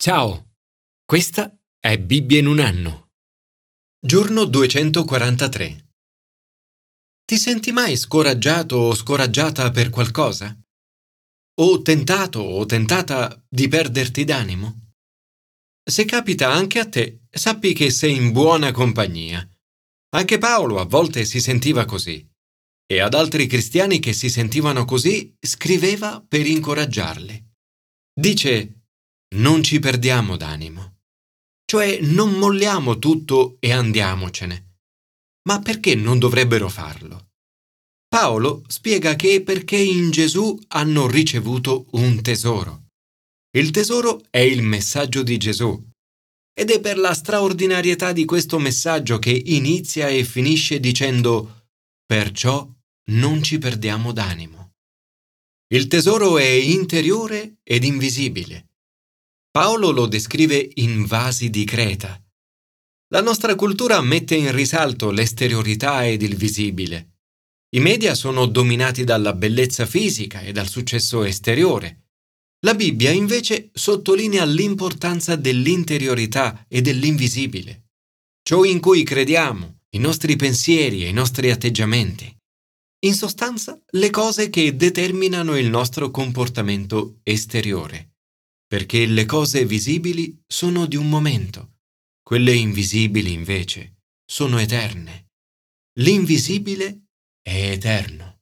Ciao, questa è Bibbia in un anno. Giorno 243. Ti senti mai scoraggiato o scoraggiata per qualcosa? O tentato o tentata di perderti d'animo? Se capita anche a te, sappi che sei in buona compagnia. Anche Paolo a volte si sentiva così, e ad altri cristiani che si sentivano così scriveva per incoraggiarli. Dice: non ci perdiamo d'animo. Cioè non molliamo tutto e andiamocene. Ma perché non dovrebbero farlo? Paolo spiega che è perché in Gesù hanno ricevuto un tesoro. Il tesoro è il messaggio di Gesù. Ed è per la straordinarietà di questo messaggio che inizia e finisce dicendo: perciò non ci perdiamo d'animo. Il tesoro è interiore ed invisibile. Paolo lo descrive in vasi di Creta. La nostra cultura mette in risalto l'esteriorità ed il visibile. I media sono dominati dalla bellezza fisica e dal successo esteriore. La Bibbia invece sottolinea l'importanza dell'interiorità e dell'invisibile. Ciò in cui crediamo, i nostri pensieri e i nostri atteggiamenti. In sostanza, le cose che determinano il nostro comportamento esteriore. Perché le cose visibili sono di un momento, quelle invisibili invece sono eterne. L'invisibile è eterno.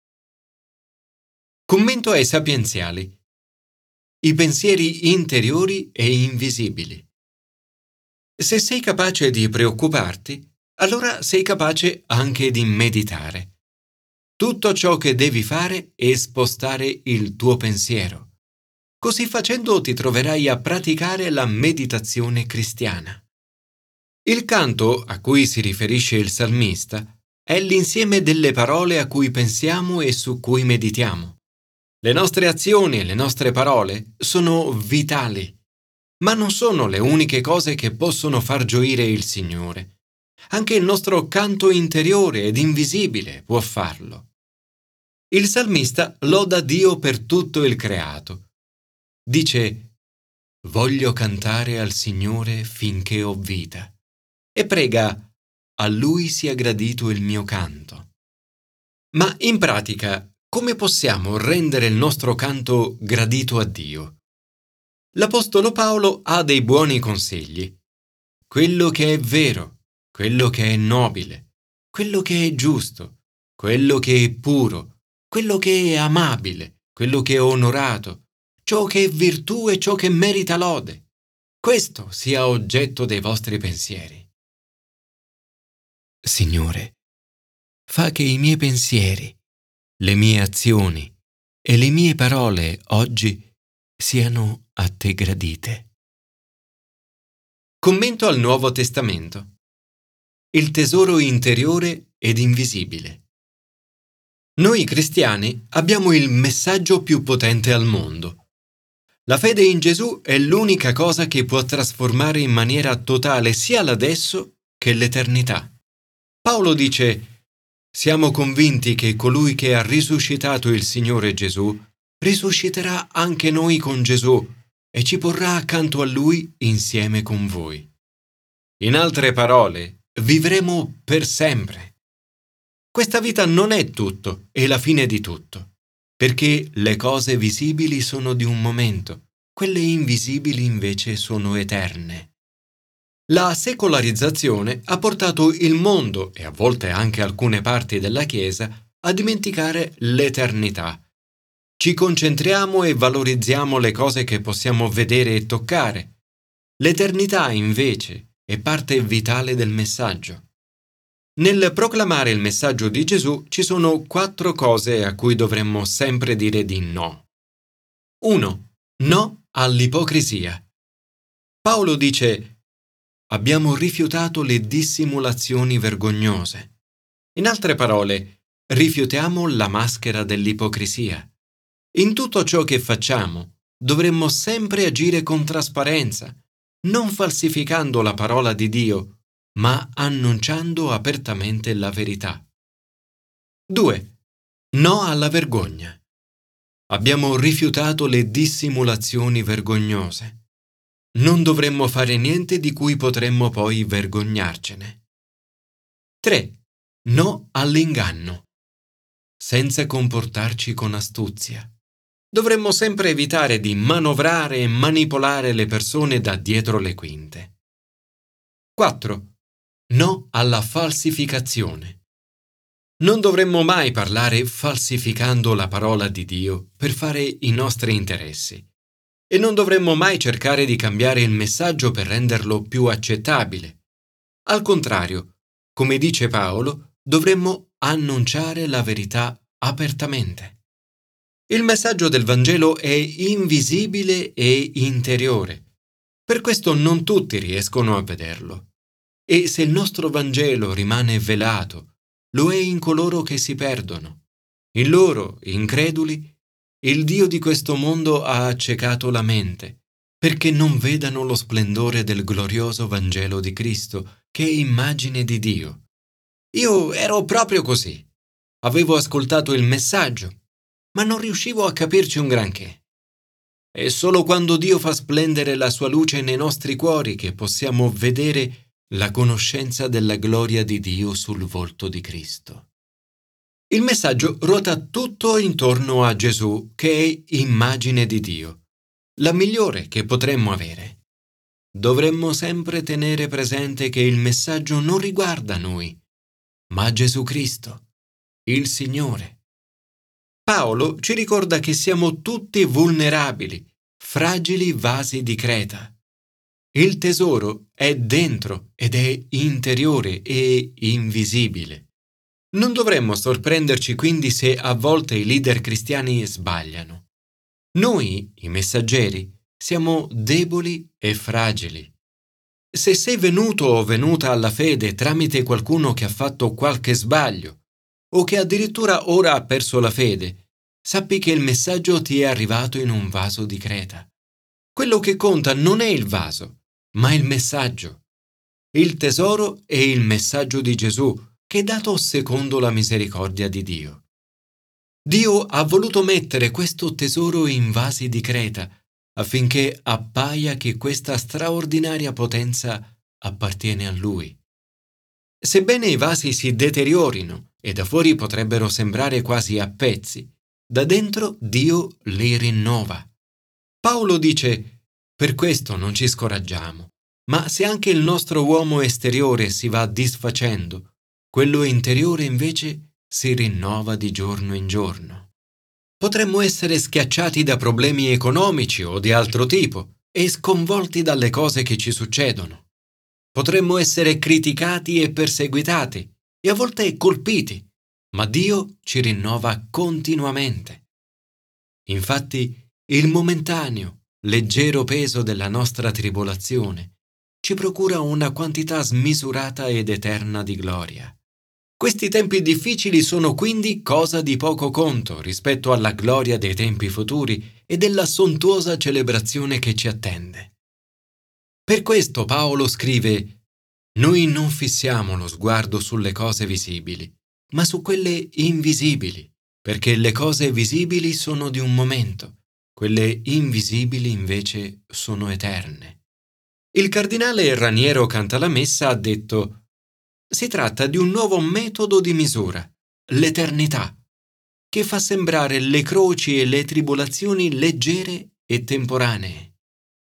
Commento ai sapienziali. I pensieri interiori e invisibili. Se sei capace di preoccuparti, allora sei capace anche di meditare. Tutto ciò che devi fare è spostare il tuo pensiero. Così facendo ti troverai a praticare la meditazione cristiana. Il canto a cui si riferisce il salmista è l'insieme delle parole a cui pensiamo e su cui meditiamo. Le nostre azioni e le nostre parole sono vitali, ma non sono le uniche cose che possono far gioire il Signore. Anche il nostro canto interiore ed invisibile può farlo. Il salmista loda Dio per tutto il creato. Dice: voglio cantare al Signore finché ho vita, e prega: a Lui sia gradito il mio canto. Ma in pratica, come possiamo rendere il nostro canto gradito a Dio? L'Apostolo Paolo ha dei buoni consigli. Quello che è vero, quello che è nobile, quello che è giusto, quello che è puro, quello che è amabile, quello che è onorato, ciò che è virtù e ciò che merita lode. Questo sia oggetto dei vostri pensieri. Signore, fa che i miei pensieri, le mie azioni e le mie parole oggi siano a te gradite. Commento al Nuovo Testamento. Il tesoro interiore ed invisibile. Noi cristiani abbiamo il messaggio più potente al mondo. La fede in Gesù è l'unica cosa che può trasformare in maniera totale sia l'adesso che l'eternità. Paolo dice: siamo convinti che colui che ha risuscitato il Signore Gesù risusciterà anche noi con Gesù e ci porrà accanto a Lui insieme con voi. In altre parole, vivremo per sempre. Questa vita non è tutto e la fine di tutto. Perché le cose visibili sono di un momento, quelle invisibili invece sono eterne. La secolarizzazione ha portato il mondo, e a volte anche alcune parti della Chiesa, a dimenticare l'eternità. Ci concentriamo e valorizziamo le cose che possiamo vedere e toccare. L'eternità, invece, è parte vitale del messaggio. Nel proclamare il messaggio di Gesù ci sono 4 cose a cui dovremmo sempre dire di no. 1. No all'ipocrisia. Paolo dice: abbiamo rifiutato le dissimulazioni vergognose. In altre parole, rifiutiamo la maschera dell'ipocrisia. In tutto ciò che facciamo, dovremmo sempre agire con trasparenza, non falsificando la parola di Dio, ma annunciando apertamente la verità. 2. No alla vergogna. Abbiamo rifiutato le dissimulazioni vergognose. Non dovremmo fare niente di cui potremmo poi vergognarcene. 3. No all'inganno. Senza comportarci con astuzia. Dovremmo sempre evitare di manovrare e manipolare le persone da dietro le quinte. 4. No alla falsificazione. Non dovremmo mai parlare falsificando la parola di Dio per fare i nostri interessi. E non dovremmo mai cercare di cambiare il messaggio per renderlo più accettabile. Al contrario, come dice Paolo, dovremmo annunciare la verità apertamente. Il messaggio del Vangelo è invisibile e interiore. Per questo non tutti riescono a vederlo. E se il nostro Vangelo rimane velato, lo è in coloro che si perdono. In loro, increduli, il Dio di questo mondo ha accecato la mente, perché non vedano lo splendore del glorioso Vangelo di Cristo, che è immagine di Dio. Io ero proprio così. Avevo ascoltato il messaggio, ma non riuscivo a capirci un granché. È solo quando Dio fa splendere la sua luce nei nostri cuori che possiamo vedere la conoscenza della gloria di Dio sul volto di Cristo. Il messaggio ruota tutto intorno a Gesù, che è immagine di Dio, la migliore che potremmo avere. Dovremmo sempre tenere presente che il messaggio non riguarda noi, ma Gesù Cristo, il Signore. Paolo ci ricorda che siamo tutti vulnerabili, fragili vasi di creta. Il tesoro è dentro ed è interiore e invisibile. Non dovremmo sorprenderci quindi se a volte i leader cristiani sbagliano. Noi, i messaggeri, siamo deboli e fragili. Se sei venuto o venuta alla fede tramite qualcuno che ha fatto qualche sbaglio o che addirittura ora ha perso la fede, sappi che il messaggio ti è arrivato in un vaso di creta. Quello che conta non è il vaso, ma il messaggio. Il tesoro è il messaggio di Gesù, che è dato secondo la misericordia di Dio. Dio ha voluto mettere questo tesoro in vasi di creta, affinché appaia che questa straordinaria potenza appartiene a Lui. Sebbene i vasi si deteriorino e da fuori potrebbero sembrare quasi a pezzi, da dentro Dio li rinnova. Paolo dice: per questo non ci scoraggiamo, ma se anche il nostro uomo esteriore si va disfacendo, quello interiore invece si rinnova di giorno in giorno. Potremmo essere schiacciati da problemi economici o di altro tipo e sconvolti dalle cose che ci succedono. Potremmo essere criticati e perseguitati e a volte colpiti, ma Dio ci rinnova continuamente. Infatti, il momentaneo, leggero peso della nostra tribolazione ci procura una quantità smisurata ed eterna di gloria. Questi tempi difficili sono quindi cosa di poco conto rispetto alla gloria dei tempi futuri e della sontuosa celebrazione che ci attende. Per questo Paolo scrive: noi non fissiamo lo sguardo sulle cose visibili, ma su quelle invisibili, perché le cose visibili sono di un momento. Quelle invisibili invece sono eterne. Il cardinale Raniero Cantalamessa ha detto: si tratta di un nuovo metodo di misura, l'eternità, che fa sembrare le croci e le tribolazioni leggere e temporanee.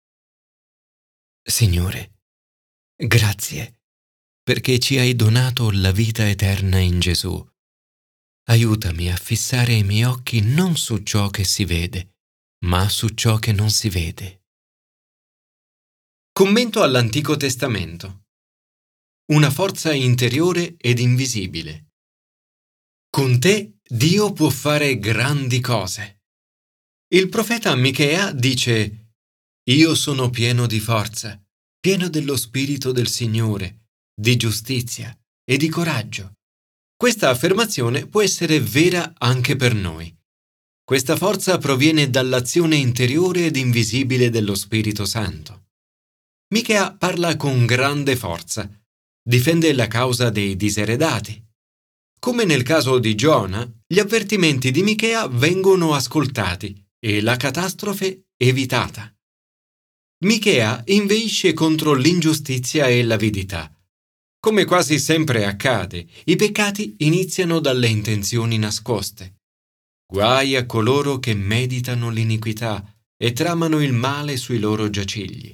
Signore, grazie, perché ci hai donato la vita eterna in Gesù. Aiutami a fissare i miei occhi non su ciò che si vede, ma su ciò che non si vede. Commento all'Antico Testamento. Una forza interiore ed invisibile. Con te Dio può fare grandi cose. Il profeta Michea dice: io sono pieno di forza, pieno dello Spirito del Signore, di giustizia e di coraggio. Questa affermazione può essere vera anche per noi. Questa forza proviene dall'azione interiore ed invisibile dello Spirito Santo. Michea parla con grande forza, difende la causa dei diseredati. Come nel caso di Giona, gli avvertimenti di Michea vengono ascoltati e la catastrofe evitata. Michea inveisce contro l'ingiustizia e l'avidità. Come quasi sempre accade, i peccati iniziano dalle intenzioni nascoste. Guai a coloro che meditano l'iniquità e tramano il male sui loro giacigli.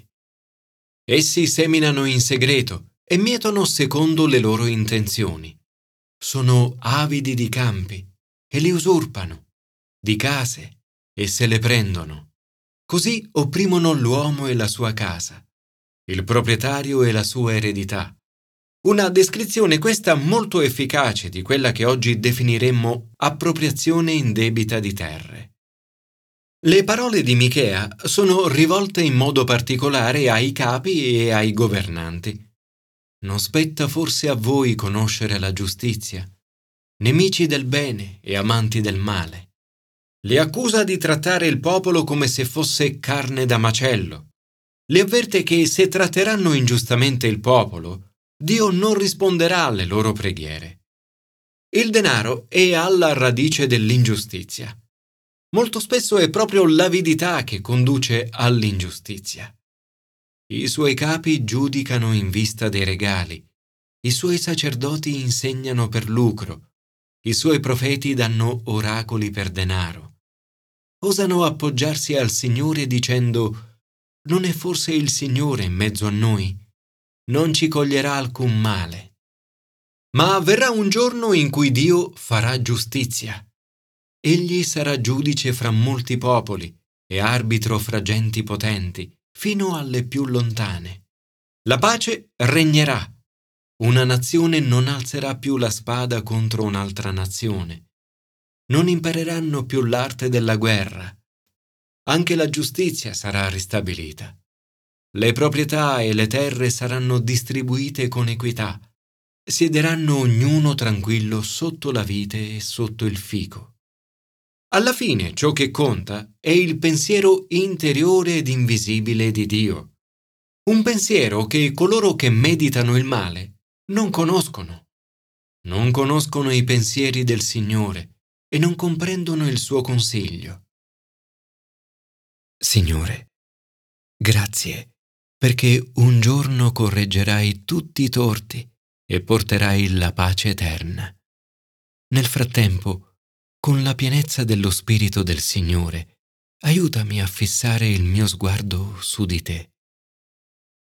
Essi seminano in segreto e mietono secondo le loro intenzioni. Sono avidi di campi e li usurpano, di case e se le prendono. Così opprimono l'uomo e la sua casa, il proprietario e la sua eredità. Una descrizione questa molto efficace di quella che oggi definiremmo appropriazione indebita di terre. Le parole di Michea sono rivolte in modo particolare ai capi e ai governanti. Non spetta forse a voi conoscere la giustizia, nemici del bene e amanti del male. Li accusa di trattare il popolo come se fosse carne da macello. Li avverte che se tratteranno ingiustamente il popolo, Dio non risponderà alle loro preghiere. Il denaro è alla radice dell'ingiustizia. Molto spesso è proprio l'avidità che conduce all'ingiustizia. I suoi capi giudicano in vista dei regali, i suoi sacerdoti insegnano per lucro, i suoi profeti danno oracoli per denaro. Osano appoggiarsi al Signore dicendo: «Non è forse il Signore in mezzo a noi? Non ci coglierà alcun male». Ma verrà un giorno in cui Dio farà giustizia. Egli sarà giudice fra molti popoli e arbitro fra genti potenti, fino alle più lontane. La pace regnerà. Una nazione non alzerà più la spada contro un'altra nazione. Non impareranno più l'arte della guerra. Anche la giustizia sarà ristabilita. Le proprietà e le terre saranno distribuite con equità. Siederanno ognuno tranquillo sotto la vite e sotto il fico. Alla fine ciò che conta è il pensiero interiore ed invisibile di Dio. Un pensiero che coloro che meditano il male non conoscono. Non conoscono i pensieri del Signore e non comprendono il suo consiglio. Signore, grazie, perché un giorno correggerai tutti i torti e porterai la pace eterna. Nel frattempo, con la pienezza dello Spirito del Signore, aiutami a fissare il mio sguardo su di te.